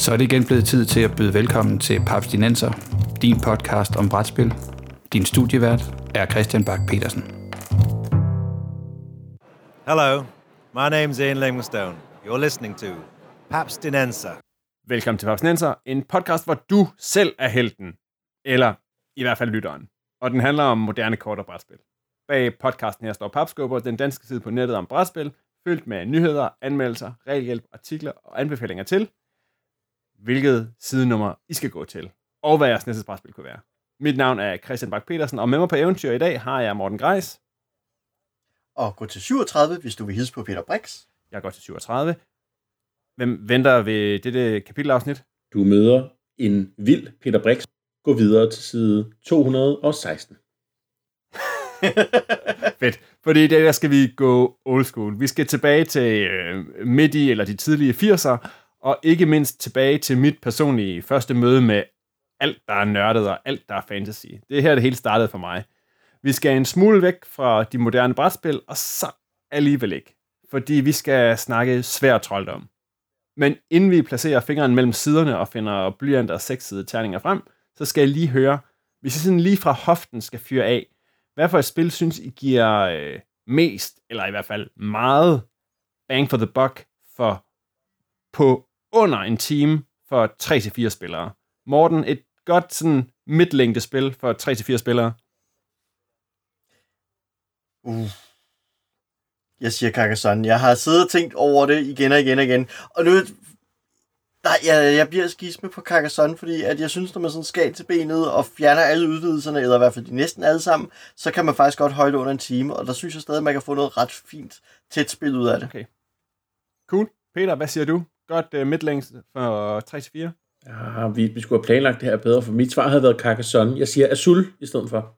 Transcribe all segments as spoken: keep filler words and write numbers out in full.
Så er det igen blevet tid til at byde velkommen til Paps Dinenser, din podcast om brætspil. Din studievært er Christian Bak Petersen. Hello, my name is Ian Livingstone. You're listening to Paps Dinenser. Velkommen til Paps Dinenser, en podcast, hvor du selv er helten, eller i hvert fald lytteren. Og den handler om moderne kort og brætspil. Bag podcasten her står Papskubber, den danske side på nettet om brætspil, fyldt med nyheder, anmeldelser, regelhjælp, artikler og anbefalinger til, hvilket sidenummer I skal gå til, og hvad jeres næste brætspil kunne være. Mit navn er Christian Bak Petersen, og med mig på eventyr i dag har jeg Morten Greis. Og gå til syvogtredive, hvis du vil hilse på Peter Brix. Jeg går til syvogtredive. Hvem venter ved dette kapitelafsnit? Du møder en vild Peter Brix. Gå videre til side to hundrede og seksten. Fedt. Fordi i dag der skal vi gå old school. Vi skal tilbage til øh, midt i eller de tidlige firser, og ikke mindst tilbage til mit personlige første møde med alt, der er nørdet og alt, der er fantasy. Det er her, det hele startede for mig. Vi skal en smule væk fra de moderne brætspil, og så alligevel ikke. Fordi vi skal snakke svær trolddom. Men inden vi placerer fingeren mellem siderne og finder blyant og sekssidede terninger frem, så skal jeg lige høre, hvis I sådan lige fra hoften skal fyre af, hvad for et spil synes I giver øh, mest, eller i hvert fald meget, bang for the buck for på under en time for tre til fire spillere? Morten, et godt sådan midtlængde spil for tre til fire spillere? Uh. Jeg siger Carcassonne. Jeg har siddet og tænkt over det igen og igen og igen. Og nu... Nej, jeg, jeg bliver skisme på Carcassonne, fordi at jeg synes, når man sådan skal til benet og fjerner alle udvidelserne, eller i hvert fald de næsten alle sammen, så kan man faktisk godt holde under en time, og der synes jeg stadig, at man kan få noget ret fint tæt spil ud af det. Okay. Cool. Peter, hvad siger du? Godt uh, midtlængde for tre til fire? Ja, vi, vi skulle have planlagt det her bedre, for mit svar havde været Carcassonne. Jeg siger Azul i stedet for.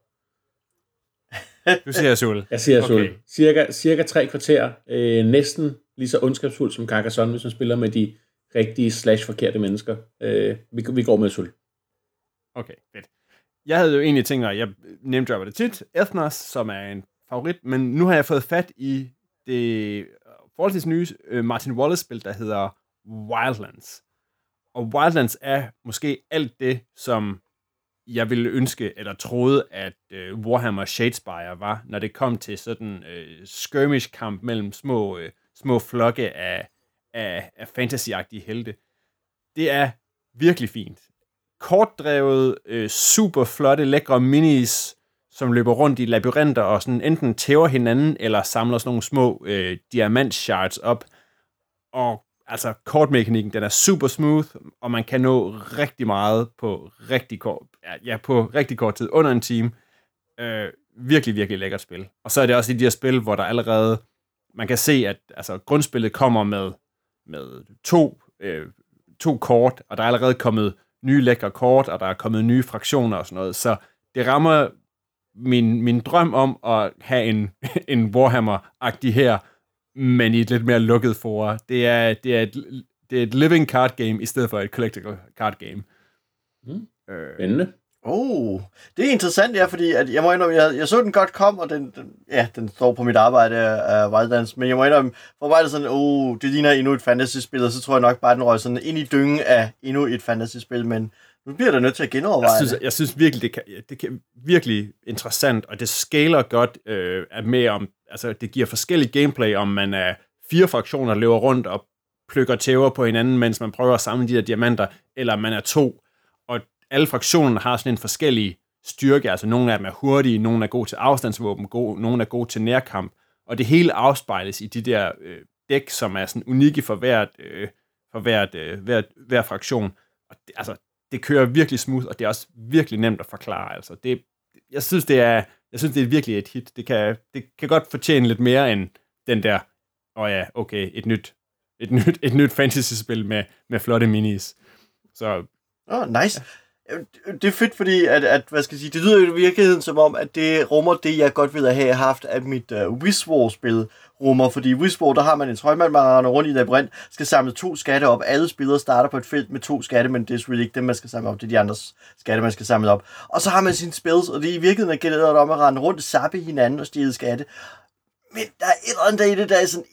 Du siger Azul. Jeg siger Azul. Okay. Cirka, cirka tre kvarter. Øh, næsten lige så ondskabsfuld som Carcassonne, hvis man spiller med de rigtige slash forkerte mennesker. Øh, vi, vi går med Azul. Okay, fedt. Jeg havde jo egentlig tænkt, at jeg name-dropper det tit. Ethnos, som er en favorit, men nu har jeg fået fat i det forholdsvis nye uh, Martin Wallace-spil, der hedder Wildlands. Og Wildlands er måske alt det, som jeg ville ønske, eller troede, at uh, Warhammer Shadespire var, når det kom til sådan uh, skirmish-kamp mellem små, uh, små flokke af, af, af fantasy-agtige helte. Det er virkelig fint. Kortdrevet, uh, super flotte, lækre minis, som løber rundt i labyrinter og sådan enten tæver hinanden, eller samler sådan nogle små uh, diamant-shards op. Og altså, kortmekanikken, den er super smooth, og man kan nå rigtig meget på rigtig kort, ja, på rigtig kort tid, under en time. Øh, virkelig, virkelig lækkert spil. Og så er det også i de her spil, hvor der allerede, man kan se, at altså, grundspillet kommer med, med to, øh, to kort, og der er allerede kommet nye lækre kort, og der er kommet nye fraktioner og sådan noget. Så det rammer min, min drøm om at have en, en Warhammer-agtig her, men i et lidt mere lukket for. Det er, det er, et, det er et living card game, i stedet for et collectible card game. Mm. Spændende. Oh, det er interessant, ja, fordi at jeg må indrømme, jeg, jeg så den godt kom, og den, den, ja, den står på mit arbejde af uh, Wildlands, men jeg må indrømme, for mig er det sådan, oh, det ligner endnu et fantasy-spil, og så tror jeg nok bare, den røg sådan ind i dyngen af endnu et fantasy-spil, men nu bliver der nødt til at genoverveje jeg synes, det. Jeg synes virkelig, det kan, det kan virkelig interessant, og det scaler godt øh, med om, altså det giver forskellige gameplay, om man er fire fraktioner, der løber rundt og plukker tæver på hinanden, mens man prøver at samle de der diamanter, eller man er to, og alle fraktionerne har sådan en forskellig styrke, altså nogle af dem er hurtige, nogle er gode til afstandsvåben, gode, nogle er gode til nærkamp, og det hele afspejles i de der øh, dæk, som er sådan unikke for hvert, øh, for hvert, øh, hvert, hver fraktion, og det, altså det kører virkelig smooth, og det er også virkelig nemt at forklare. Altså, det, jeg synes, det er, jeg synes, det er virkelig et hit. Det kan, det kan godt fortjene lidt mere end den der, åh oh ja, okay, et nyt, et nyt, et nyt fantasy-spil med, med flotte minis. Så, Åh, oh, nice. Det er fedt, fordi at, at, hvad skal jeg sige, det lyder jo i virkeligheden som om, at det rummer det, jeg godt ville have haft, at mit uh, Wizwar-spil rummer. Fordi i Wizwar, der har man en trøjmand, man render rundt i labyrint, skal samle to skatte op. Alle spillere starter på et felt med to skatte, men det er selvfølgelig ikke dem, man skal samle op. Det er de andres skatte, man skal samle op. Og så har man sine spells, og det er i virkeligheden at gælder om at rende rundt, sappe hinanden og stjæle skatte. Men der er et eller andet i det, der er sådan ikke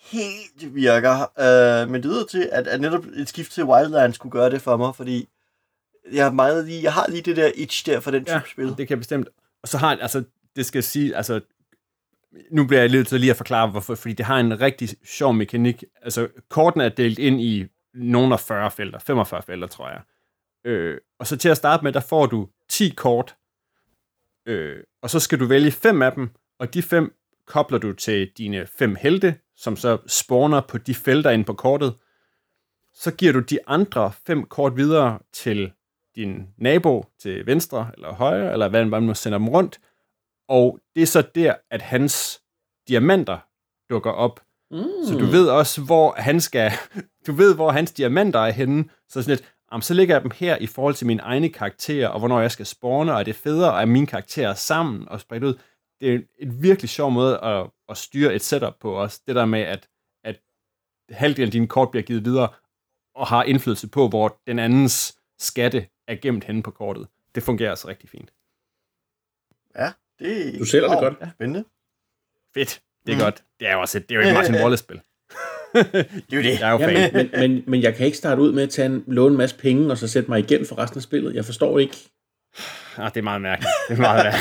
helt virker. Øh, men det lyder til, at, at netop et skift til Wildlands kunne gøre det for mig, fordi jeg har, meget lige, jeg har lige det der itch der for den type ja, spil. det kan jeg bestemt. Og så har altså, det skal sige, altså, nu bliver jeg lidt til lige at forklare, hvorfor, fordi det har en rigtig sjov mekanik. Altså, kortene er delt ind i nogle af fyrre felter, femogfyrre felter, tror jeg. Øh, og så til at starte med, der får du ti kort, øh, og så skal du vælge fem af dem, og de fem kobler du til dine fem helte, som så spawner på de felter inde på kortet. Så giver du de andre fem kort videre til din nabo til venstre eller højre, eller hvad man nu sender dem rundt, og det er så der, at hans diamanter dukker op. Mm. Så du ved også, hvor han skal, du ved, hvor hans diamanter er henne, så sådan lidt, jamen, så ligger jeg dem her i forhold til mine egne karakterer, og hvornår jeg skal spawne, og er det federe, at mine karakterer sammen og spredt ud. Det er en virkelig sjov måde at, at styre et setup på også. Det der med, at, at halvdelen af dine kort bliver givet videre, og har indflydelse på, hvor den andens skatte er gemt henne på kortet. Det fungerer altså rigtig fint. Ja, det du sælger det oh, godt. Ja. Spændende. Fedt. Det er mm. godt. Det er jo også et, det er jo et Martin Wallace-spil. Det er jo det. Jeg er jo fan. Ja, men, men, men, men jeg kan ikke starte ud med at tage en, låne en masse penge, og så sætte mig igen for resten af spillet. Jeg forstår ikke. Ah, det er meget mærkeligt. Det er meget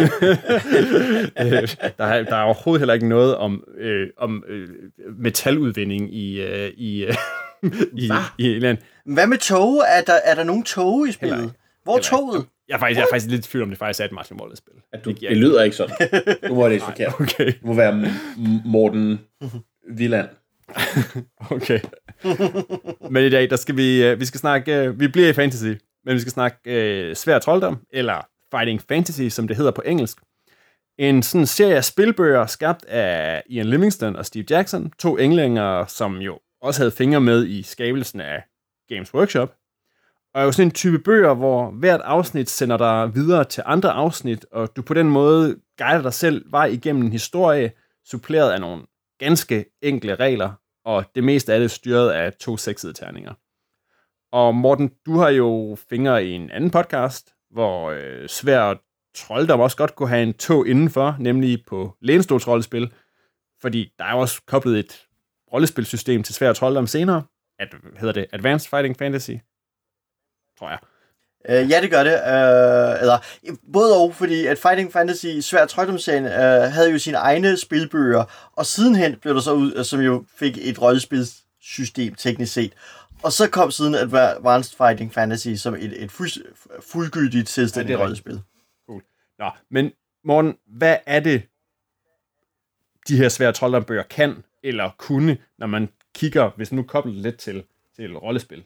mærkeligt. der, er, der er overhovedet heller ikke noget om, øh, om øh, metaludvinding i øh, i, øh, i, i land. Hvad med tog? Er der, er der nogen tog i spillet? Hvor er toget? Jeg er, faktisk, jeg er faktisk lidt i tvivl om, det faktisk er et Martin Wallace-spil. At du, det, det lyder ikke sådan. Nu var det ikke forkert. Okay. Det må være Morten Wieland. Okay. Men i dag, der skal vi, vi skal snakke, vi bliver i fantasy, men vi skal snakke uh, svær trolddom, eller Fighting Fantasy, som det hedder på engelsk. En sådan serie af spilbøger, skabt af Ian Livingstone og Steve Jackson, to englænder, som jo også havde fingre med i skabelsen af Games Workshop. Og jo sådan en type bøger, hvor hvert afsnit sender dig videre til andre afsnit, og du på den måde guider dig selv vej igennem en historie, suppleret af nogle ganske enkle regler, og det meste af det styret af to seksede terninger. Og Morten, du har jo fingre i en anden podcast, hvor øh, svær trolddom også godt kunne have en tog indenfor, nemlig på lænestolsrollespil, fordi der er jo også koblet et rollespilsystem til svær trolddom senere, at, hedder det Advanced Fighting Fantasy, tror jeg. Uh, ja, det gør det. Uh, eller, både og, fordi at Fighting Fantasy, svær trolddom-serien, uh, havde jo sine egne spilbøger, og sidenhen blev der så ud, uh, som jo fik et rollespilssystem teknisk set. Og så kom siden Advanced Fighting Fantasy som et, et fuld, fuldgyldigt selvstændigt ja, rollespil. Cool. Nå, men Morten, hvad er det, de her svære trolddom-bøger kan, eller kunne, når man kigger, hvis nu kobler lidt til, til rollespil?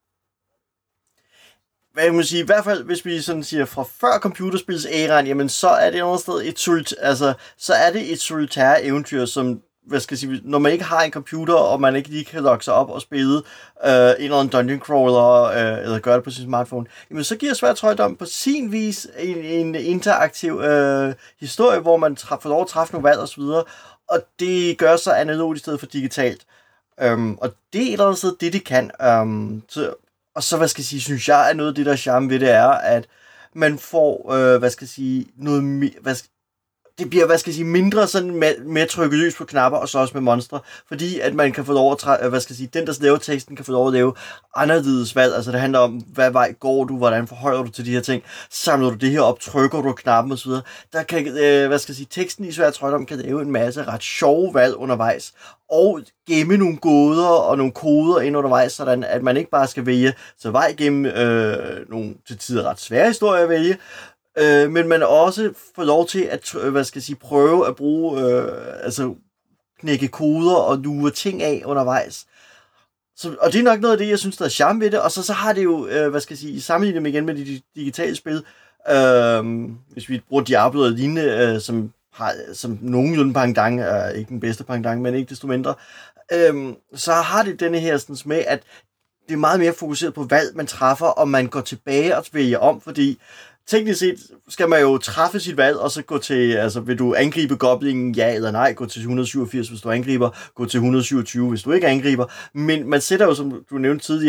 Hvad jeg må sige, i hvert fald, hvis vi sådan siger fra før computerspilsæraen, jamen så er det et sted et solit, altså så er det et solitære eventyr, som hvad skal jeg sige, når man ikke har en computer, og man ikke lige kan logge sig op og spille øh, en eller anden dungeon crawler, øh, eller gøre det på sin smartphone, jamen så giver svær trolddom på sin vis en, en interaktiv øh, historie, hvor man træ- får lov at træffe nogle valg og så videre, og det gør sig analogt i stedet for digitalt. Um, og det er et eller andet sted, det det kan. Um, så, og så, hvad skal jeg sige, synes jeg, at noget af det, der er charme ved det, er, at man får, øh, hvad skal jeg sige, noget, hvad skal, det bliver, hvad skal jeg sige, mindre sådan med, med at trykke løs på knapper, og så også med monstre, fordi at man kan få lov at, træ, hvad skal jeg sige, den, der laver teksten, kan få lov at lave anderledes valg, altså det handler om, hvad vej går du, hvordan forholder du til de her ting, samler du det her op, trykker du knappen og så videre. Der kan, øh, hvad skal jeg sige, teksten i svær trolddom kan lave en masse ret sjove valg undervejs, og gemme nogle gåder og nogle koder ind undervejs, sådan at man ikke bare skal vælge så vej gennem øh, nogle til tider ret svære historier at vælge, Øh, men man også får lov til at hvad skal jeg sige, prøve at bruge, øh, altså knække koder og lure ting af undervejs. Så, og det er nok noget af det, jeg synes, der er charme ved det. Og så, så har det jo, øh, hvad skal jeg sige, sammenlignet med igen med de digitale spil, øh, hvis vi bruger Diablo og lignende, øh, som har som nogenlunde pendant, øh, ikke den bedste pendant, men ikke desto mindre, øh, så har det denne her sådan med, at det er meget mere fokuseret på valg, man træffer, og man går tilbage og vælger om, fordi teknisk set skal man jo træffe sit valg, og så gå til, altså vil du angribe goblingen, ja eller nej, gå til et hundrede syvogfirs, hvis du angriber, gå til et hundrede syvogtyve, hvis du ikke angriber, men man sætter jo, som du nævnte tidligere,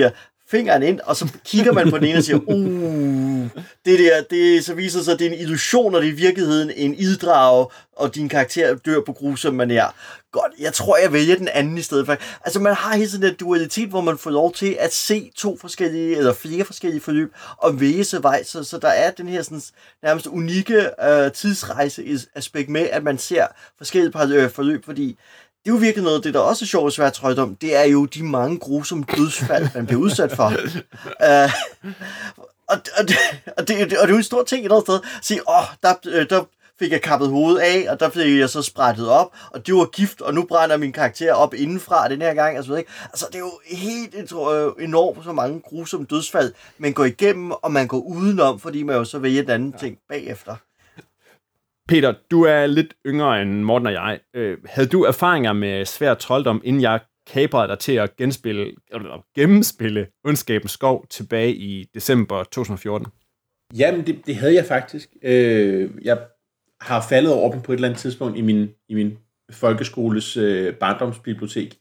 fingeren ind, og så kigger man på den ene og siger, uh, det der, det så viser sig, at det er en illusion, og det er i virkeligheden en iddrage, og din karakter dør på grusom manér. Godt, jeg tror, jeg vælger den anden i stedet for. Altså, man har hele sådan en dualitet, hvor man får lov til at se to forskellige, eller flere forskellige forløb, og vælge sig vej, så, så der er den her sådan, nærmest unikke øh, tidsrejse-aspekt med, at man ser forskellige forløb, fordi det er jo virkelig noget, det der også er sjovt og svært trøjt det er jo de mange grusomme dødsfald, man bliver udsat for. uh, og, og, det, og, det, og det er jo en stor ting et eller andet sted, at sige, åh, oh, der, der fik jeg kappet hovedet af, og der fik jeg så sprættet op, og det var gift, og nu brænder min karakter op indenfra den her gang, altså, ikke? Altså, det er jo helt enormt så mange grusomme dødsfald, man går igennem, og man går udenom, fordi man jo så vælger en anden ting bagefter. Peter, du er lidt yngre end Morten og jeg. Øh, havde du erfaringer med svær trolddom, inden jeg kabrede dig til at genspille, eller gennemspille Ondskabens Skov tilbage i december to tusind og fjorten? Jamen, det, det havde jeg faktisk. Øh, jeg har faldet over dem på et eller andet tidspunkt i min, i min folkeskoles øh, barndomsbibliotek.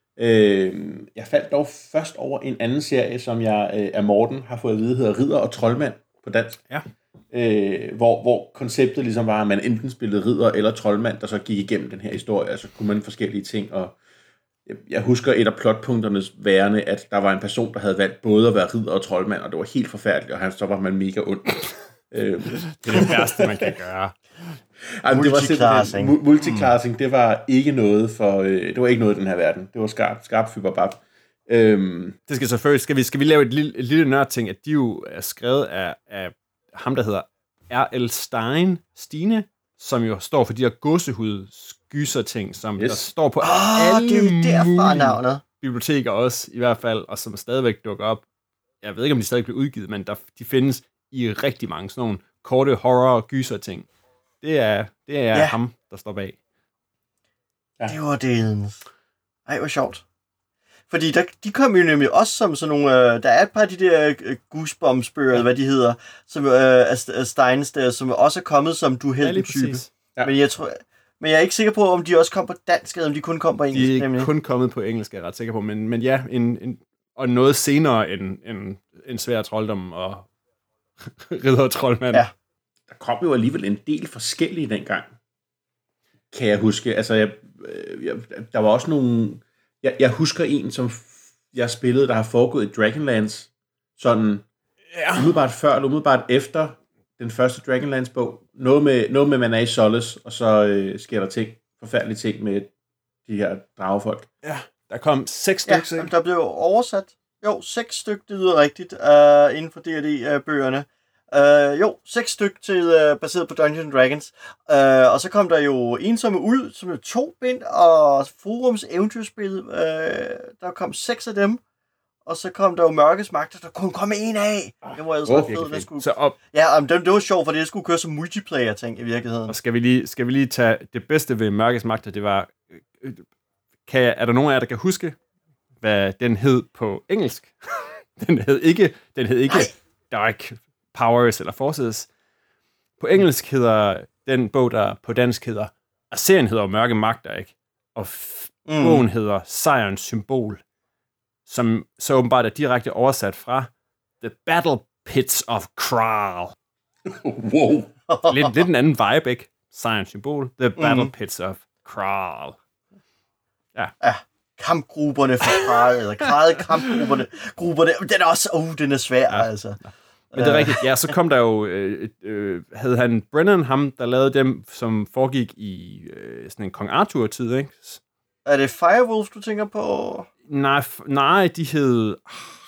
Øh, jeg faldt dog først over en anden serie, som jeg øh, af Morten har fået at vide, hedder Ridder og Troldmand på dansk. Ja. Øh, hvor, hvor konceptet ligesom var, at man enten spillede ridder eller troldmand, der så gik igennem den her historie, altså kunne man forskellige ting, og jeg, jeg husker et af plotpunkternes værende, at der var en person, der havde valgt både at være ridder og troldmand, og det var helt forfærdeligt, og han, så var man mega ond. øh, det er det værste, man kan gøre. Altså, det var simpelthen, multiclassing, det var ikke noget for, øh, det var ikke noget i den her verden. Det var skarp, skarp fyberbab. Øhm. Det skal selvfølgelig, skal vi, skal vi lave et lille, et lille nørd-ting, at de jo er skrevet af, af ham, der hedder R L. Stein, Stine, som jo står for de her gåsehud-skyser-ting, som yes. der står på oh, alle det er derfra navnet. Biblioteker også, i hvert fald, og som stadigvæk dukker op. Jeg ved ikke, om de stadig bliver udgivet, men der, de findes i rigtig mange sådan nogle korte horror-gyser-ting. Det er, det er ja. ham, der står bag. Ja. Det var det. Ej, hvor sjovt. Fordi der, de kom jo nemlig også som sådan nogle, øh, der er et par af de der øh, Goosebumps-bøger, ja. hvad de hedder, som øh, er Steins der, som også er kommet som du heldig type. Ja. Men jeg tror, men jeg er ikke sikker på, om de også kom på dansk, eller om de kun kom på engelsk. De er nemlig. kun kommet på engelsk, er jeg ret sikker på, men, men ja, en, en, og noget senere end en, en svær trolddom og ridder og troldmand. Ja. Der kom jo alligevel en del forskellige dengang, kan jeg huske. Altså, jeg, jeg, der var også nogle... Jeg, jeg husker en, som jeg spillede, der har foregået i Dragonlance, sådan ja. umiddelbart før eller umiddelbart efter den første Dragonlance-bog. Noget med, noget med, man er i Solace, og så øh, sker der ting, forfærdelige ting med de her dragefolk. Ja, der kom seks stykker. Ja, der blev oversat. Jo, seks stykker, det lyder rigtigt, uh, inden for D og D-bøgerne. Uh, jo, seks stykker til, uh, baseret på Dungeons and Dragons. Uh, og så kom der jo Ensomme Ulv, som er to bind, og Forums eventyrspil, uh, der kom seks af dem. Og så kom der jo Mørkets Magter, der kunne komme en af. Det var altså oh, fedt, det skulle... Så op. Ja, um, det, det var sjovt, for det skulle køre som multiplayer-ting i virkeligheden. Og skal vi lige, skal vi lige tage det bedste ved Mørkets Magter, det var... Kan, er der nogen af jer, der kan huske, hvad den hed på engelsk? den hed ikke... Den hed ikke Dark Powers eller Forces. På engelsk hedder den bog, der på dansk hedder... Og serien hedder Mørke Magter, ikke? Og f- mm. bogen hedder Sejrens Symbol, som så åbenbart er direkte oversat fra The Battle Pits of Kral. Wow. lidt, lidt en anden vibe, ikke? Sejrens Symbol, The Battle mm. Pits of Kral. Ja. Ja, kampgrupperne for Kral, eller Kral kampgrupperne. Grupperne, den er også, uh, den er svær, ja. altså. Men det er rigtigt, ja, så kom der jo, øh, øh, havde han Brennan, ham, der lavede dem, som foregik i øh, sådan en Kong Arthur-tid, ikke? Er det Firewolf, du tænker på? Nej, f- nej, de hed...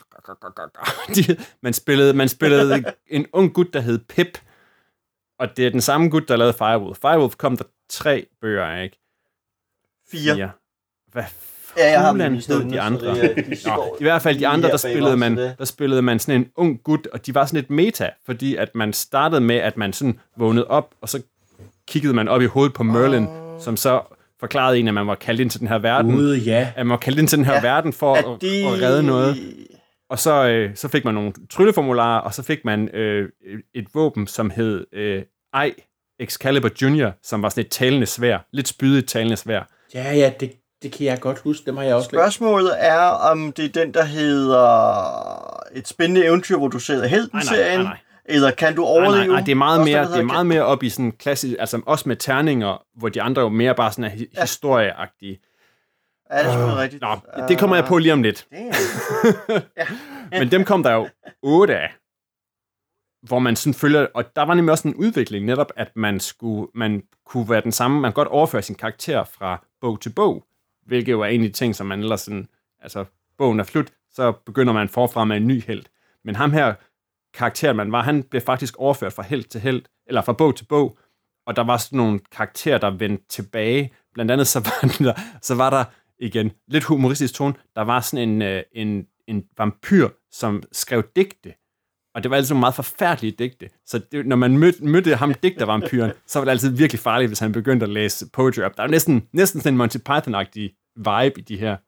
De, man spillede, man spillede en ung gut, der hed Pip, og det er den samme gut, der lavede Firewolf. Firewolf kom der tre bøger, ikke? Fire. Fire. Hvad ja, jeg har hed de andre? Det, de Nå, i hvert fald de andre, der spillede, man, der spillede man sådan en ung gut, og de var sådan lidt meta, fordi at man startede med, at man sådan vågnede op, og så kiggede man op i hovedet på Merlin, oh. som så forklarede en, at man var kaldt ind til den her verden. Ude, ja. At man var kaldt ind til den her ja, verden for at, at, de... at redde noget. Og så, øh, så fik man nogle trylleformularer, og så fik man øh, et våben, som hed øh, Ej Excalibur Junior, som var sådan et talende sværd. Lidt spydigt talende sværd. Ja, ja, det, Det kan jeg godt huske, dem har jeg også læst. Spørgsmålet er, om det er den, der hedder Et spændende eventyr, hvor du selv er helten-serien, nej, nej. eller kan du overleve? Nej, nej, nej, det er meget Også mere, den, det er meget mere op i sådan klassisk, altså også med terninger, hvor de andre jo mere bare sådan er hi- Ja. historieagtige. Ja, det er selvfølgelig rigtigt. Nå, det kommer jeg på lige om lidt. Damn. Ja. Men dem kom der jo otte af, hvor man sådan følger, og der var nemlig også en udvikling netop, at man skulle, man kunne være den samme, man kan godt overføre sin karakter fra bog til bog, hvilket jo er en af de ting, som man ellers sådan, altså bogen er slut, så begynder man forfra med en ny helt. Men ham her, karakter man var, han blev faktisk overført fra helt til helt, eller fra bog til bog, og der var sådan nogle karakterer, der vendte tilbage. Blandt andet så var der, så var der igen, lidt humoristisk tone, der var sådan en, øh, en, en vampyr, som skrev digte, og det var altid meget forfærdelige digte, så det, når man mødte, mødte ham digtervampyren, så var det altid virkelig farligt, hvis han begyndte at læse poetry op. Der er næsten, næsten sådan en Monty Python-agtig vibe i de her.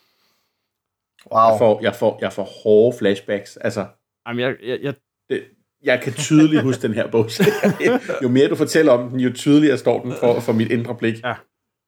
Wow. Jeg får, jeg, får, jeg får hårde flashbacks. Altså, Jamen, jeg, jeg, jeg, det, jeg kan tydeligt huske den her bog. Jo mere du fortæller om den, jo tydeligere står den for, for mit indre blik. Ja.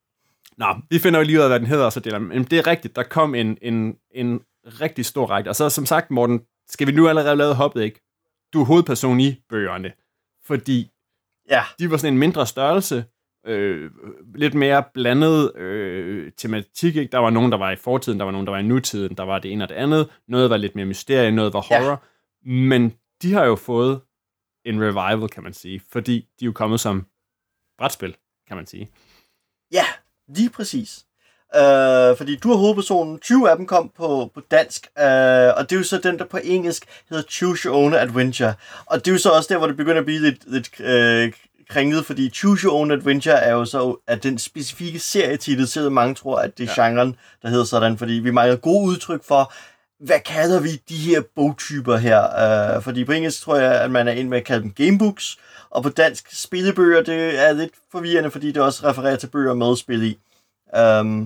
Nå, vi finder jo lige ud af, hvad den hedder, og så deler den. Men det er rigtigt, der kom en, en, en rigtig stor række. Og så som sagt, Morten, skal vi nu allerede lave hoppet, ikke? Du er hovedperson i bøgerne, fordi Ja. de var sådan en mindre størrelse, øh, lidt mere blandet øh, tematik, ikke? Der var nogen, der var i fortiden, der var nogen, der var i nutiden, der var det ene og det andet. Noget var lidt mere mysterie, noget var horror. Ja. Men de har jo fået en revival, kan man sige, fordi de er jo kommet som brætspil, kan man sige. Ja, lige præcis. Uh, fordi du er hovedpersonen, tyve af dem kom på, på dansk, uh, og det er jo så den, der på engelsk hedder Choose Your Own Adventure. Og det er jo så også der, hvor det begynder at blive lidt, lidt uh, kringlet, fordi Choose Your Own Adventure er jo så at den specifikke serietitel, selvom mange tror, at det er ja. genren, der hedder sådan, fordi vi mangler gode udtryk for, hvad kalder vi de her bogtyper her? Uh, fordi på engelsk tror jeg, at man er ind med at kalde dem gamebooks, og på dansk spillebøger, det er lidt forvirrende, fordi det også refererer til bøger med spil i. Um,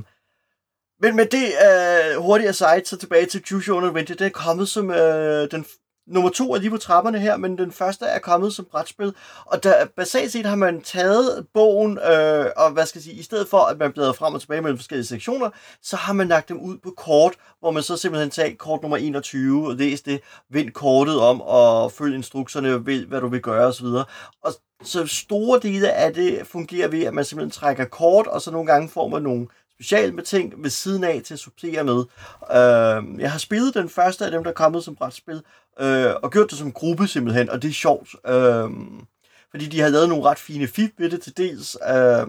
men med det uh, hurtigt aside, så tilbage til Choose Your Own Adventure. Den er kommet som uh, den f- nummer to er lige på trapperne her, men den første er kommet som brætspil. Og der, basalt set har man taget bogen, uh, og hvad skal jeg sige, i stedet for at man bladrer frem og tilbage mellem forskellige sektioner, så har man lagt dem ud på kort, hvor man så simpelthen tager kort nummer enogtyve, og læs det, vind kortet om, og følg instrukserne, ved hvad du vil gøre osv. Og så store dele af det fungerer ved, at man simpelthen trækker kort, og så nogle gange får man nogle special med ting ved siden af til at supplere med. Uh, jeg har spillet den første af dem, der er kommet som brætspil, uh, og gjort det som gruppe simpelthen, og det er sjovt. Uh, fordi de har lavet nogle ret fine fif ved det til dels. Uh,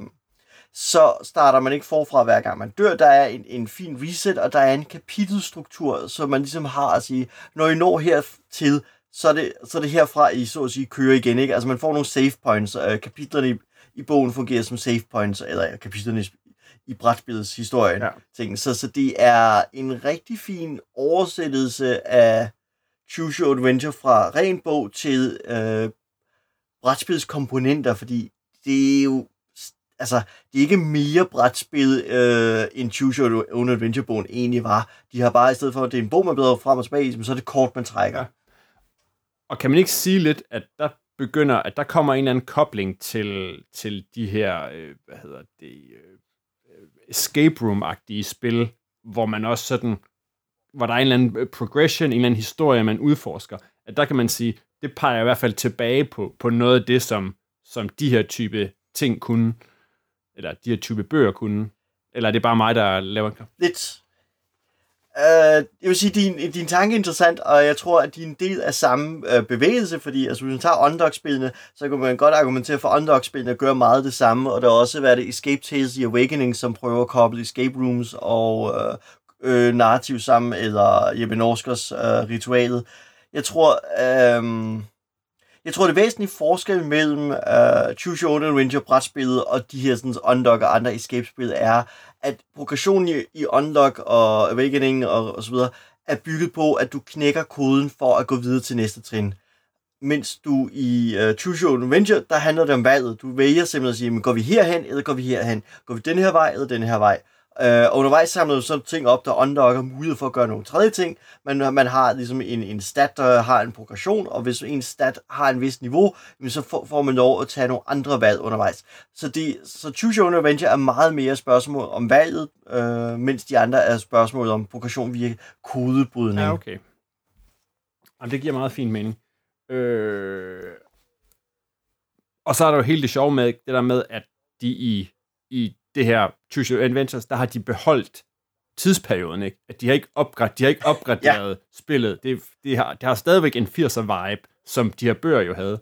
så starter man ikke forfra hver gang man dør. Der er en, en fin reset, og der er en kapitelstruktur, så man ligesom har at sige, når I når hertil, så er det, så er det herfra, I så at sige kører igen, ikke? Altså man får nogle save points, uh, kapitlerne i, i bogen fungerer som save points, eller kapitlerne i, i brætspillets historie. Ja. Ting. Så, så det er en rigtig fin oversættelse af Choose Your Adventure fra ren bog til uh, brætspillets komponenter, fordi det er jo altså, det er ikke mere brætspil, øh, end Choose Your Own Adventure-bogen egentlig var. De har bare, i stedet for, at det er en bog, man bedre frem og tilbage i, så er det kort, man trækker. Ja. Og kan man ikke sige lidt, at der begynder, at der kommer en eller anden kobling til, til de her, øh, hvad hedder det, øh, escape room-agtige spil, hvor man også sådan, hvor der er en eller anden progression, en eller anden historie, man udforsker, at der kan man sige, det peger i hvert fald tilbage på, på noget af det, som, som de her type ting kunne, eller de her type bøger kunne, eller er det bare mig, der laver en lidt. Uh, jeg vil sige, din, din tanke er interessant, og jeg tror, at de er en del af samme uh, bevægelse, fordi altså, hvis man tager Unlock-spillene, så kan man godt argumentere for, at Unlock-spillene gør meget det samme, og der har også været det Escape Tales The Awakening, som prøver at koble escape rooms og uh, uh, narrativ sammen, eller Jeppe Norskers uh, ritualet. Jeg tror, um, jeg tror, det væsentlige forskel mellem uh, Choose Your Own Adventure brætspillet og de her sådan, Unlock og andre escape-spil er, at progressionen i, i Unlock og Awakening og, og så videre er bygget på, at du knækker koden for at gå videre til næste trin. Mens du i uh, Choose Your Own Adventure, der handler det om valget. Du vælger simpelthen at sige, men går vi herhen, eller går vi herhen? Går vi den her vej, eller den her vej? Øh, og undervejs samler du så ting op, der unlocker mulighed for at gøre nogle tredje ting, men man har ligesom en, en stat, der har en progression, og hvis en stat har en vis niveau, så får, får man lov at tage nogle andre valg undervejs. Så, det, så Choose Your Own Adventure er meget mere spørgsmål om valget, øh, mens de andre er spørgsmål om progression via kodebrydning. Ja, okay. Jamen, det giver meget fin mening. Øh... Og så er der jo helt det sjove med det der med, at de i, i det her Choose Your Adventures, der har de beholdt tidsperioden, ikke? At de har ikke, opgrad, de har ikke opgraderet ja. spillet. Det, det, har, det har stadigvæk en firser vibe, som de her bøger jo havde.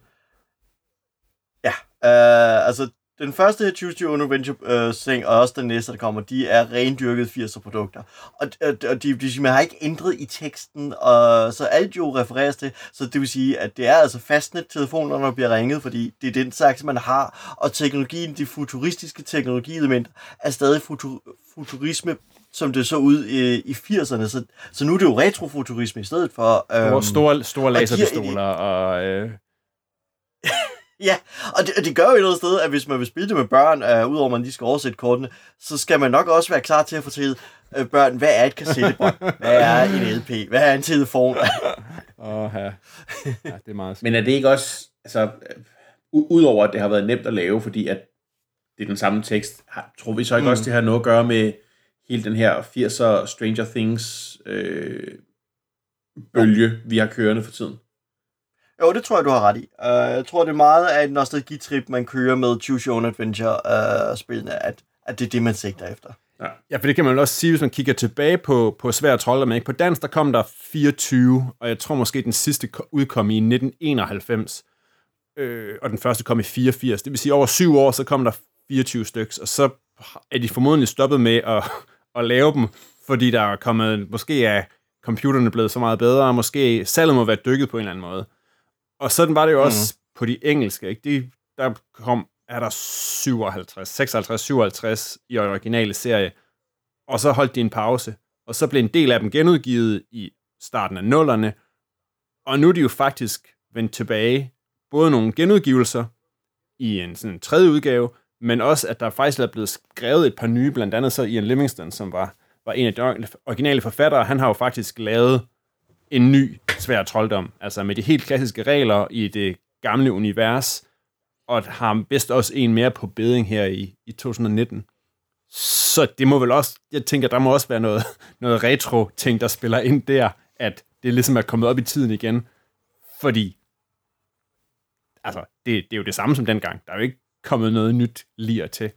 Ja, øh, altså den første Choose Your Own Adventure ting, øh, og også den næste, der kommer, de er rendyrket firser produkter. Og, og, og de, de, man har ikke ændret i teksten, og så alt jo refereres til, så det vil sige, at det er altså fastnet telefoner, når der bliver ringet, fordi det er den slags, man har, og teknologien, de futuristiske teknologielementer, er stadig futur, futurisme, som det så ud i, i firserne, så, så nu er det jo retrofuturisme i stedet for... Øhm, store, store laserpistoler og... og øh... Ja, og det, og det gør jo et eller andet sted, at hvis man vil spille det med børn, øh, udover at man lige skal oversætte kortene, så skal man nok også være klar til at fortælle øh, børn, hvad er et kassettebånd? Hvad er en L P? Hvad er en telefon? Åh, oh, ja. Ja, det er meget. Men er det ikke også, altså, udover at det har været nemt at lave, fordi at det er den samme tekst, har, tror vi så ikke mm. også, det har noget at gøre med hele den her firser Stranger Things øh, bølge, vi har kørende for tiden? Jo, det tror jeg, du har ret i. Uh, jeg tror, det er meget af et nostalgitrip, man kører med Choose Your Own Adventure-spillene, uh, at, at det er det, man sigter efter. Ja. ja, for det kan man også sige, hvis man kigger tilbage på, på Sværd og Trolde, men ikke på dansk, der kom der fireogtyve, og jeg tror måske, den sidste udkom i nitten enoghalvfems, øh, og den første kom i fireogfirs. Det vil sige, over syv år, så kom der fireogtyve stykker, og så er de formodentlig stoppet med at, at lave dem, fordi der er kommet, måske er computerne blevet så meget bedre, og måske salget må være dykket på en eller anden måde. Og sådan var det jo også mm. på de engelske, ikke? De, der kom, er der syvoghalvtreds, seksoghalvtreds, syvoghalvtreds i originale serie, og så holdt de en pause, og så blev en del af dem genudgivet i starten af nullerne, og nu er de jo faktisk vendt tilbage, både nogle genudgivelser i en sådan tredje udgave, men også, at der faktisk er blevet skrevet et par nye, blandt andet så Ian Livingstone, som var, var en af de originale forfattere, han har jo faktisk lavet en ny Sværd trolddom, altså med de helt klassiske regler i det gamle univers, og har bedst også en mere på beding her i, i to tusind nitten. Så det må vel også, jeg tænker, der må også være noget, noget retro-ting, der spiller ind der, at det ligesom er kommet op i tiden igen, fordi altså, det, det er jo det samme som dengang. Der er jo ikke kommet noget nyt lir til.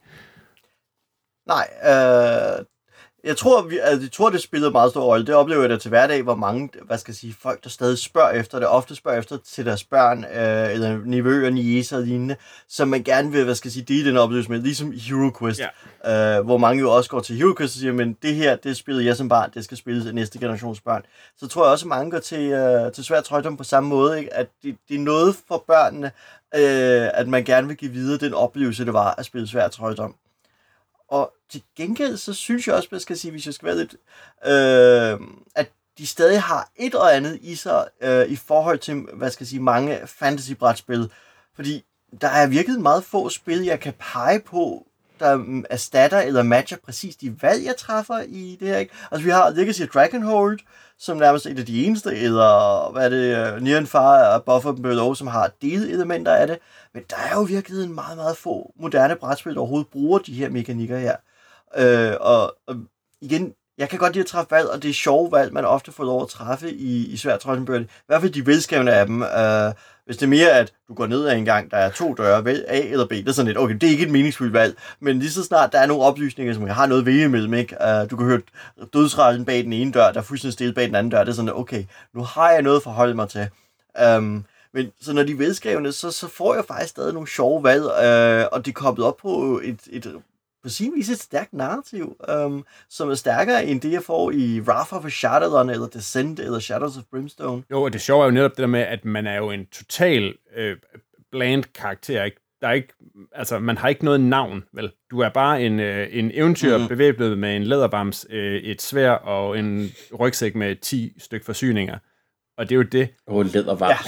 Nej, øh, jeg tror, vi, altså, jeg tror, det spiller meget stor rolle. Det oplever jeg da til hverdag, hvor mange, hvad skal jeg sige, folk, der stadig spørger efter det, ofte spørger efter til deres børn, øh, eller nivøer, niecer og lignende, som man gerne vil, hvad skal jeg sige, dele den oplevelse med, ligesom Hero Quest, ja. øh, hvor mange jo også går til Hero Quest og siger, men det her, det spillede jeg som barn, det skal spilles af næste generations børn. Så tror jeg også, at mange går til, øh, til Sværd trolddom på samme måde, ikke? At det, det er noget for børnene, øh, at man gerne vil give videre den oplevelse, det var at spille Sværd trolddom. Og til gengæld, så synes jeg også, at jeg skal sige, hvis jeg skal være lidt, øh, at de stadig har et eller andet i sig, øh, i forhold til, hvad skal jeg sige, mange fantasy-brætspil. Fordi der er virkelig meget få spil, jeg kan pege på, der erstatter eller matcher præcis de valg, jeg træffer i det her, ikke? Altså, vi har Legacy of Dragonhold, som nærmest er et af de eneste, eller hvad er det, Near and Far og Buffer Below, som har delelementer af det. Men der er jo virkelig en meget, meget få moderne brætspil, der overhovedet bruger de her mekanikker her. Øh, og, og igen, jeg kan godt lide at træffe valg, og det er sjove valg, man ofte får lov at træffe i, i Sværd trolddom. I hvert fald de velskrevne af dem. Øh, hvis det er mere, at du går ned ad en gang, der er to døre, vælg A eller B, det er sådan lidt, okay, det er ikke et meningsfuldt valg, men lige så snart der er nogle oplysninger, som jeg har noget vælge imellem, ikke? Uh, du kan høre dødsrejsen bag den ene dør, der er fuldstændig stille bag den anden dør, det er sådan, okay, nu har jeg noget at forholde mig til. Um, men så når de er velskrevne, så, så får jeg faktisk stadig nogle sjove valg, uh, og det er koblet op på et, et på sin vis et stærkt narrativ, um, som er stærkere end det, jeg får i Wrath of Shadowrun, eller Descent, eller Shadows of Brimstone. Jo, og det sjove er jo netop det der med, at man er jo en total øh, bland karakter, ikke? Der er ikke, altså, man har ikke noget navn, vel? Du er bare en, øh, en eventyr mm. bevæbnet med en læderbams, øh, et sværd og en rygsæk med ti stykker forsyninger. Og det er jo det. Åh, oh, læderbams.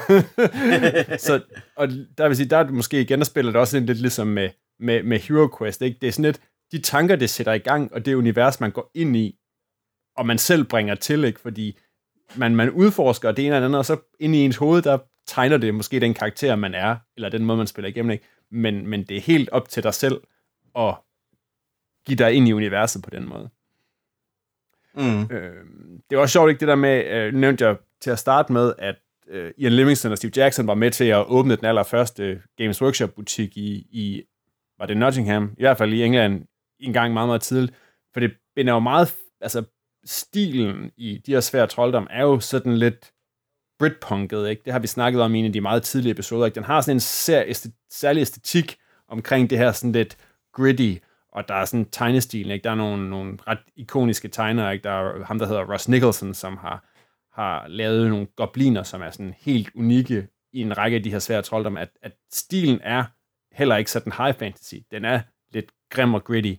Ja. Så, og der vil sige, der er det måske igen, der spiller det også lidt ligesom med med, med Hero Quest, ikke? Det er sådan lidt, de tanker, det sætter i gang, og det univers, man går ind i, og man selv bringer til, ikke? Fordi man, man udforsker det ene eller andet, og så ind i ens hoved, der tegner det måske den karakter, man er, eller den måde, man spiller igennem, ikke? Men, men det er helt op til dig selv at give dig ind i universet på den måde. Mm. Øh, det var også sjovt, ikke, det der med, øh, nævnte jeg til at starte med, at øh, Ian Livingstone og Steve Jackson var med til at åbne den allerførste Games Workshop-butik i, i, var det Nottingham, i hvert fald i England, en gang meget, meget tidligt, for det binder jo meget, altså stilen i de her svære trolddom er jo sådan lidt Britpunket, ikke? Det har vi snakket om i en af de meget tidlige episoder, ikke? Den har sådan en sær, æstet, særlig æstetik omkring det her sådan lidt gritty, og der er sådan tegnestil, ikke? Der er nogle, nogle ret ikoniske tegnere, ikke? Der er ham, der hedder Ross Nicholson, som har, har lavet nogle gobliner, som er sådan helt unikke i en række af de her svære trolddom, at, at stilen er heller ikke sådan high fantasy. Den er lidt grim og gritty.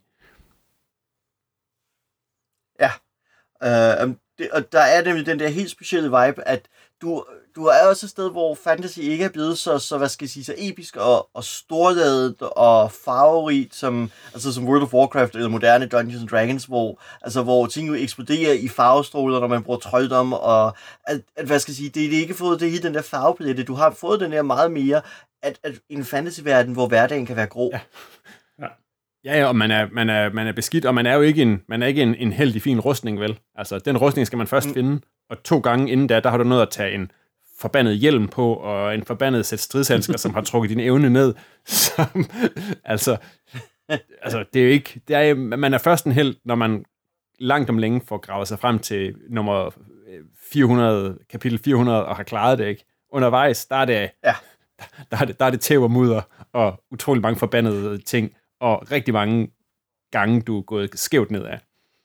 Ja, øh, det, og der er nemlig den der helt specielle vibe, at du, du er også et sted, hvor fantasy ikke er blevet så, så hvad skal jeg sige, så episk og, og storladet og farverigt, som, altså som World of Warcraft eller moderne Dungeons and Dragons, hvor, altså, hvor ting jo eksploderer i farvestråler, når man bruger trolddom, og at, at, hvad skal jeg sige, det, det er ikke fået det hele den der farvepalette, du har fået den der meget mere, at, at en fantasyverden, hvor hverdagen kan være grå. Ja. Ja, ja, og man er, man, er, man er beskidt, og man er jo ikke en, man er ikke en, en heldig fin rustning, vel? Altså, den rustning skal man først mm. finde, og to gange inden da, der har du nødt at tage en forbandet hjelm på, og en forbandet sæt stridshandsker, som har trukket din evne ned. Som, altså, altså, det er jo ikke, det er, man er først en held, når man langt om længe får gravet sig frem til nummer fire hundrede, kapitel fire hundrede, og har klaret det, ikke? Undervejs, der er det, ja. der er det, der er det tæv og mudder, og utrolig mange forbandede ting, og rigtig mange gange, du er gået skævt nedad.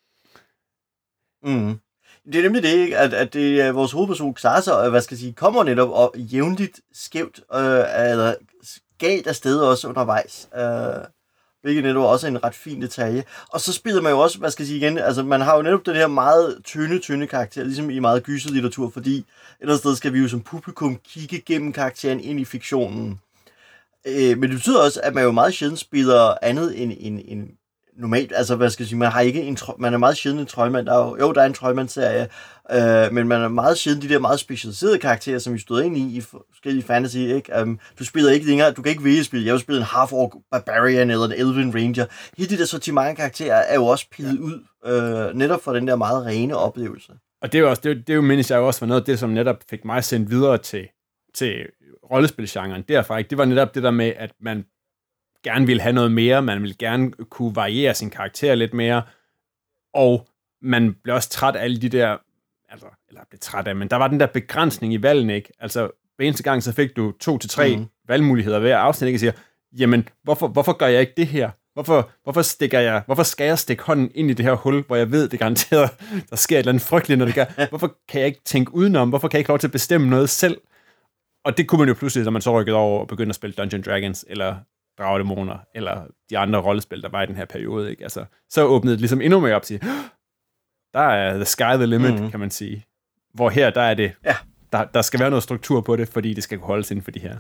Mm. Det er nemlig det, ikke? At, at det er vores hovedperson, Xarsa, hvad skal jeg sige, kommer netop og jævnligt skævt, øh, eller galt afsted også undervejs. Øh, hvilket netop også er en ret fin detalje. Og så spiller man jo også, hvad skal jeg sige igen, altså man har jo netop den her meget tynde, tynde karakter, ligesom i meget gyserlitteratur, fordi et eller andet sted skal vi jo som publikum kigge gennem karakteren ind i fiktionen. Øh, men det betyder også, at man jo meget sjældent spiller andet end, end, end normalt. Altså, hvad skal jeg sige, man har ikke en, man er meget sjældent en troldmand. Der er jo, jo, der er en troldmand-serie, øh, men man er meget sjældent de der meget specialiserede karakterer, som vi stod ind i i forskellige fantasy, ikke? Um, du spiller ikke længere, du kan ikke vælge at spille. Jeg vil spille en half-orc barbarian eller en elven ranger. Hele det der sortiment karakterer er jo også pillet ud, øh, netop for den der meget rene oplevelse. Og det er jo også, det er, det er jo, mindes jeg jo også var noget af det, som netop fik mig sendt videre til, til rollespilgenren derfra, ikke? Det var netop det der med, at man gerne ville have noget mere, man ville gerne kunne variere sin karakter lidt mere, og man blev også træt af alle de der, altså, eller blev træt af, men der var den der begrænsning i valgene, ikke? Altså, hver eneste gang, så fik du to til tre mm. valgmuligheder hver afsnit, ikke? Og siger, jamen, hvorfor, hvorfor gør jeg ikke det her? Hvorfor, hvorfor, stikker jeg, hvorfor skal jeg stikke hånden ind i det her hul, hvor jeg ved, det garanteret, der sker et eller andet frygteligt, når det gør? Hvorfor kan jeg ikke tænke udenom? Hvorfor kan jeg ikke lov til at bestemme noget selv? Og det kunne man jo pludselig, når man så rykkede over og begyndte at spille Dungeons and Dragons, eller Dragedæmoner, eller de andre rollespil, der var i den her periode, ikke? Altså, så åbnede det ligesom endnu mere op, sige, der er the sky the limit, mm-hmm. kan man sige. Hvor her, der er det, ja. der, der skal være noget struktur på det, fordi det skal kunne holdes inden for de her.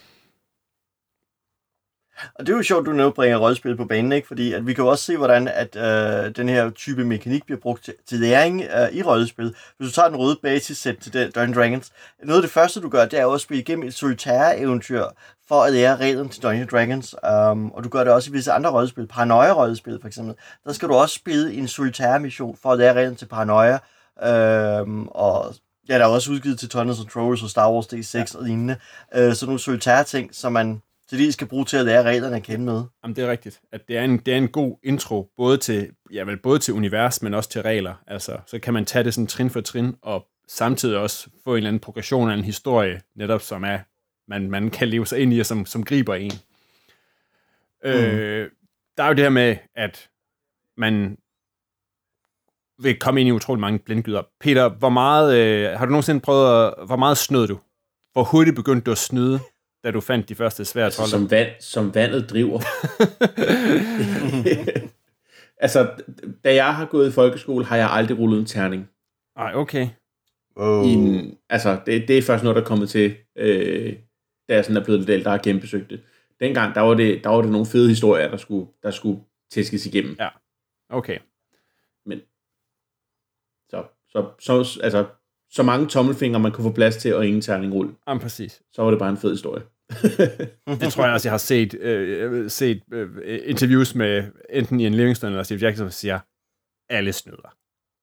Og det er jo sjovt, du nu bringer rollespil på banen, ikke? Fordi at vi kan jo også se, hvordan at, øh, den her type mekanik bliver brugt til, til læring øh, i rollespil. Hvis du tager den røde basissæt til Dungeons and Dragons, noget af det første, du gør, det er jo at spille igennem et solitære eventyr for at lære reglerne til Dungeons and Dragons. Um, og du gør det også i visse andre rollespil. Paranoia-rollespil for eksempel. Der skal du også spille en solitære mission for at lære reglerne til Paranoia. Um, og ja, der er også udgivet til Tunnels and Trolls og Star Wars D seks ja. Og lignende. Uh, så nogle solitære ting, som man til det skal bruge til at lære reglerne at kende med. Jamen, det er rigtigt. At det er en, det er en god intro, både til, ja, vel, både til univers, men også til regler. Altså, så kan man tage det sådan trin for trin, og samtidig også få en eller anden progression af en historie, netop som er, man, man kan leve sig ind i, og som, som griber en. Mm. Øh, der er jo det her med, at man vil komme ind i utrolig mange blindgyder. Peter, hvor meget, øh, har du nogensinde prøvet at, hvor meget snød du? Hvor hurtigt begyndte du at snyde, da du fandt de første svære altså, trolde? Som, vand, som vandet driver. Altså, da jeg har gået i folkeskole, har jeg aldrig rullet en terning. Ej, okay. Oh. I en, altså, det, det er først noget, der er kommet til, øh, da jeg sådan er blevet lidt ældre og genbesøgt det. Dengang, der var det, der var det nogle fede historier, der skulle, der skulle tæskes igennem. Ja, okay. Men så, så, så, altså, så mange tommelfingre, man kunne få plads til, og ingen terningrulle. Ja, præcis. Så var det bare en fed historie. Det tror jeg også, jeg har set, øh, set øh, interviews med enten Ian Livingstone eller Steve Jackson, som siger, alle snyder.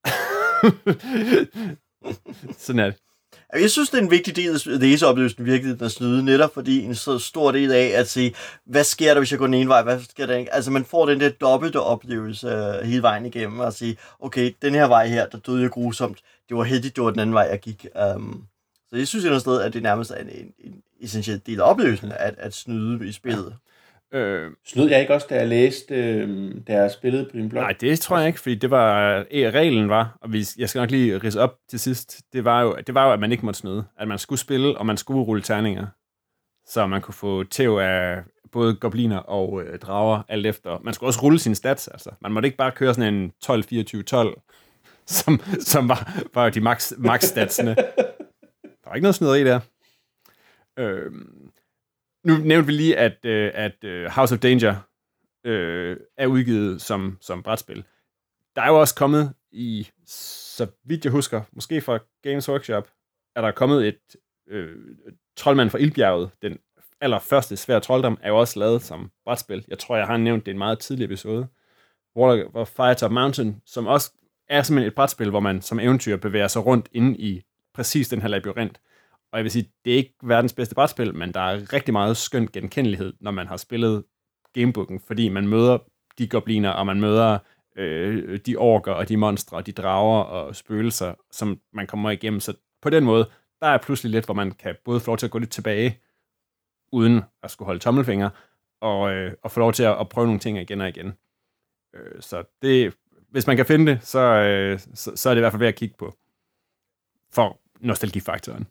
Sådan er det. Jeg synes, det er en vigtig del af læseoplevelsen virkelig, at snyde, netop fordi en så stor del af at se, hvad sker der, hvis jeg går den ene vej, hvad sker der ikke? Altså, man får den der dobbelte oplevelse uh, hele vejen igennem, og sige, okay, den her vej her, der døde jeg grusomt. Det var heldigt, det var den anden vej, jeg gik. Um, så jeg synes et eller andet sted, at det nærmest er en, en, en essentiel del af oplevelsen, at, at snyde i spillet. Øh, Snød jeg ikke også, da jeg læste, øh, da jeg spillede på din blog? Nej, det tror jeg ikke, fordi det var, eh, reglen var, og vi, jeg skal nok lige ridse op til sidst, det var, jo, det var jo, at man ikke måtte snyde. At man skulle spille, og man skulle rulle terninger, så man kunne få tæv af både gobliner og øh, drager, alt efter. Man skulle også rulle sine stats, altså. Man måtte ikke bare køre sådan en tolv fireogtyve tolv, som, som var, var de max, max statsene. Der var ikke noget snyderi der. Øh, Nu nævnte vi lige, at, øh, at øh, House of Danger øh, er udgivet som, som brætspil. Der er jo også kommet i, så vidt jeg husker, måske fra Games Workshop, er der kommet et øh, Troldmand fra Ildbjerget. Den allerførste svære trolddom er jo også lavet som brætspil. Jeg tror, jeg har nævnt det i en meget tidlig episode. Water of Firetop Mountain, som også er simpelthen et brætspil, hvor man som eventyr bevæger sig rundt inde i præcis den her labyrint. Og jeg vil sige, det er ikke verdens bedste brætspil, men der er rigtig meget skøn genkendelighed, når man har spillet gamebooken, fordi man møder de gobliner, og man møder øh, de orker, og de monstre, og de drager og spøgelser, som man kommer igennem. Så på den måde, der er pludselig lidt, hvor man kan både få lov til at gå lidt tilbage, uden at skulle holde tommelfinger, og, øh, og få lov til at, at prøve nogle ting igen og igen. Øh, så det, hvis man kan finde det, så, øh, så, så er det i hvert fald værd at kigge på, for nostalgifaktoren.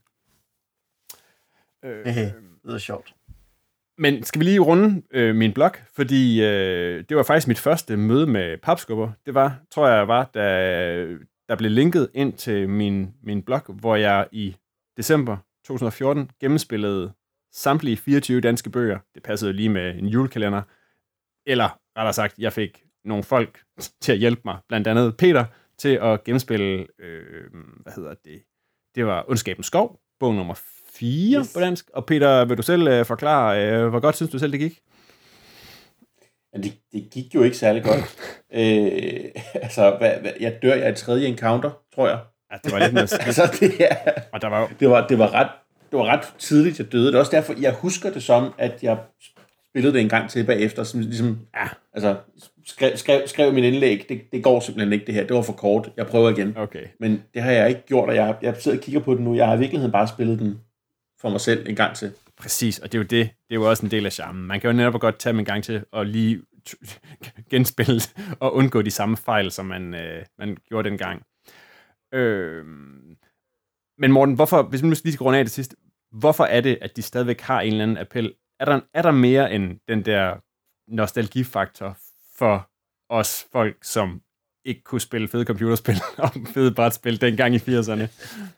Øh, det er sjovt. Men skal vi lige runde øh, min blog, fordi øh, det var faktisk mit første møde med papskubber. Det var, tror jeg, var, da der blev linket ind til min, min blog, hvor jeg i december to tusind og fjorten gennemspillede samtlige fireogtyve danske bøger. Det passede lige med en julekalender. Eller rettere sagt, jeg fik nogle folk til at hjælpe mig, blandt andet Peter, til at gennemspille, øh, hvad hedder det? Det var Ondskabens Skov, bog nummer fire yes. på dansk. Og Peter, vil du selv øh, forklare, øh, hvor godt synes du selv, det gik? Ja, det, det gik jo ikke særlig godt. øh, altså, hvad, hvad, jeg dør jeg i tredje encounter, tror jeg. Ja, det var lidt mere altså, det, ja. Og der var jo... det, var, det, var ret, det var ret tidligt, jeg døde. Det er også derfor, jeg husker det som, at jeg spillede det en gang til bagefter, som ligesom, ja, altså, skrev, skrev, skrev min indlæg, det, det går simpelthen ikke det her, det var for kort, jeg prøver igen. Okay. Men det har jeg ikke gjort, og jeg, jeg sidder og kigger på det nu, jeg har i virkeligheden bare spillet den for mig selv en gang til. Præcis, og det er jo det, det er jo også en del af charmen. Man kan jo netop godt tage dem en gang til, og lige genspille og undgå de samme fejl, som man, øh, man gjorde dengang. Øh, men Morten, hvorfor, hvis vi nu lige skal runde af det sidste, hvorfor er det, at de stadigvæk har en eller anden appel? Er der, er der mere end den der nostalgifaktor for os folk, som ikke kunne spille fede computerspil og fede brætspil dengang i firserne?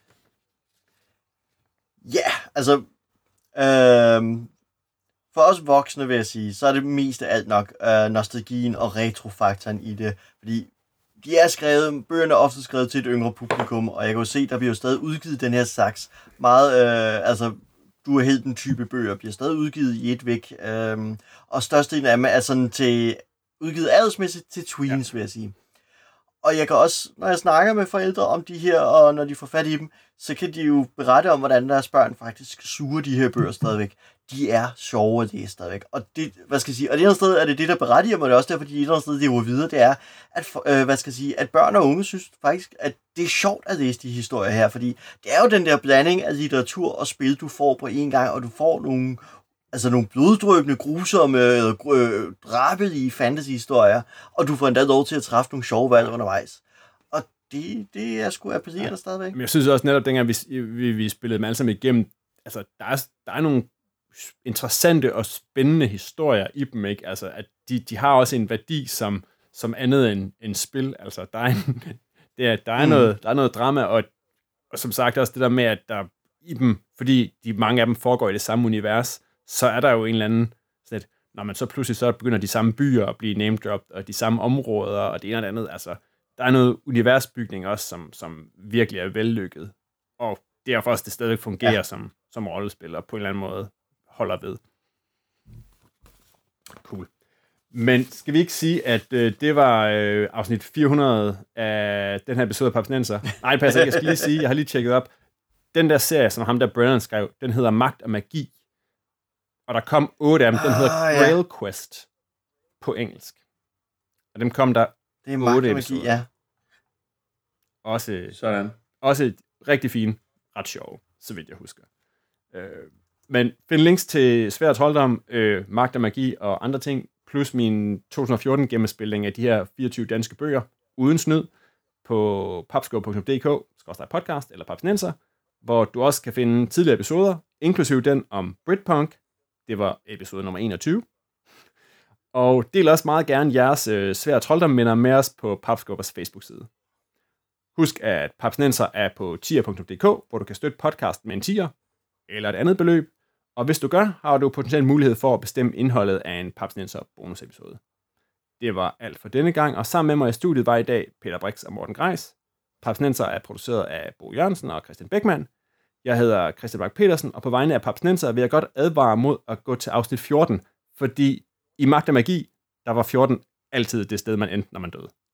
Ja, yeah, altså øh, for os voksne vil jeg sige, så er det mest af alt nok øh, nostalgien og retrofaktoren i det, fordi de er skrevet, bøgerne er ofte skrevet til et yngre publikum, og jeg kan jo se, der bliver jo stadig udgivet den her slags meget, øh, altså du er helt den type bøger, bliver stadig udgivet i et væk, øh, og størstedelen af dem er sådan til, udgivet aldersmæssigt til tweens, ja. Vil jeg sige. Og jeg kan også, når jeg snakker med forældre om de her, og når de får fat i dem, så kan de jo berette om, hvordan deres børn faktisk suger de her bøger stadigvæk. De er sjove at læse stadigvæk. Og det, hvad skal jeg sige, og det ene sted er det det, der berettiger mig, det er også derfor, de et eller andet sted lever videre, det er, at, øh, hvad skal jeg sige, at børn og unge synes faktisk, at det er sjovt at læse de historier her, fordi det er jo den der blanding af litteratur og spil, du får på en gang, og du får nogle, altså nogle bloddrøbende, grusomme, øh, drabelige fantasy-historier, og du får endda lov til at træffe nogle sjove valg undervejs. Og det, det er sgu appellerende ja. Stadigvæk. Men jeg synes også netop, dengang vi, vi, vi spillede dem alle sammen igennem, altså der er, der er nogle interessante og spændende historier i dem, ikke? Altså, at de, de har også en værdi som, som andet end, end spil. Altså, der er, en, det er, der er, mm. noget, der er noget drama, og, og som sagt også det der med, at der i dem, fordi de mange af dem foregår i det samme univers, så er der jo en eller anden sådan et, når man så pludselig så begynder de samme byer at blive name-dropped, og de samme områder, og det ene og det andet. Altså, der er noget universbygning også, som, som virkelig er vellykket. Og derfor også det stadig fungerer ja. som, som rollespil, og på en eller anden måde holder ved. Cool. Men skal vi ikke sige, at øh, det var øh, afsnit fire hundrede af den her episode af Papsnenser? Nej, det passer ikke. Jeg skal lige sige, jeg har lige tjekket op. Den der serie, som ham der Brennan skrev, den hedder Magt og Magi. Og der kom otte af dem. Den hedder ah, Grail ja. Quest på engelsk. Og dem kom der det er otte episoder. Ja. Også, Sådan. også rigtig fine, ret sjove, så vidt jeg husker. Øh, men find links til Sværd Trolddom, øh, Magt og Magi og andre ting, plus min to tusind og fjorten gennemspilning af de her fireogtyve danske bøger, uden snyd, på papskov punktum d k skråstreg podcast eller papsnenser, hvor du også kan finde tidligere episoder, inklusive den om Britpunk. Det var episode nummer enogtyve. Og del også meget gerne jeres øh, Sværd Trolddom-minder med os på Papskovers Facebook-side. Husk, at Papsnenser er på tier punktum d k, hvor du kan støtte podcasten med en tier eller et andet beløb. Og hvis du gør, har du potentielt mulighed for at bestemme indholdet af en Papsnenser bonusepisode. Det var alt for denne gang, og sammen med mig i studiet var i dag Peter Brix og Morten Greis. Papsnenser er produceret af Bo Jørgensen og Christian Beckmann. Jeg hedder Christian Bak Petersen, og på vegne af Papsnenser vil jeg godt advare mod at gå til afsnit fjorten, fordi i Magt og Magi, der var fjorten altid det sted, man endte, når man døde.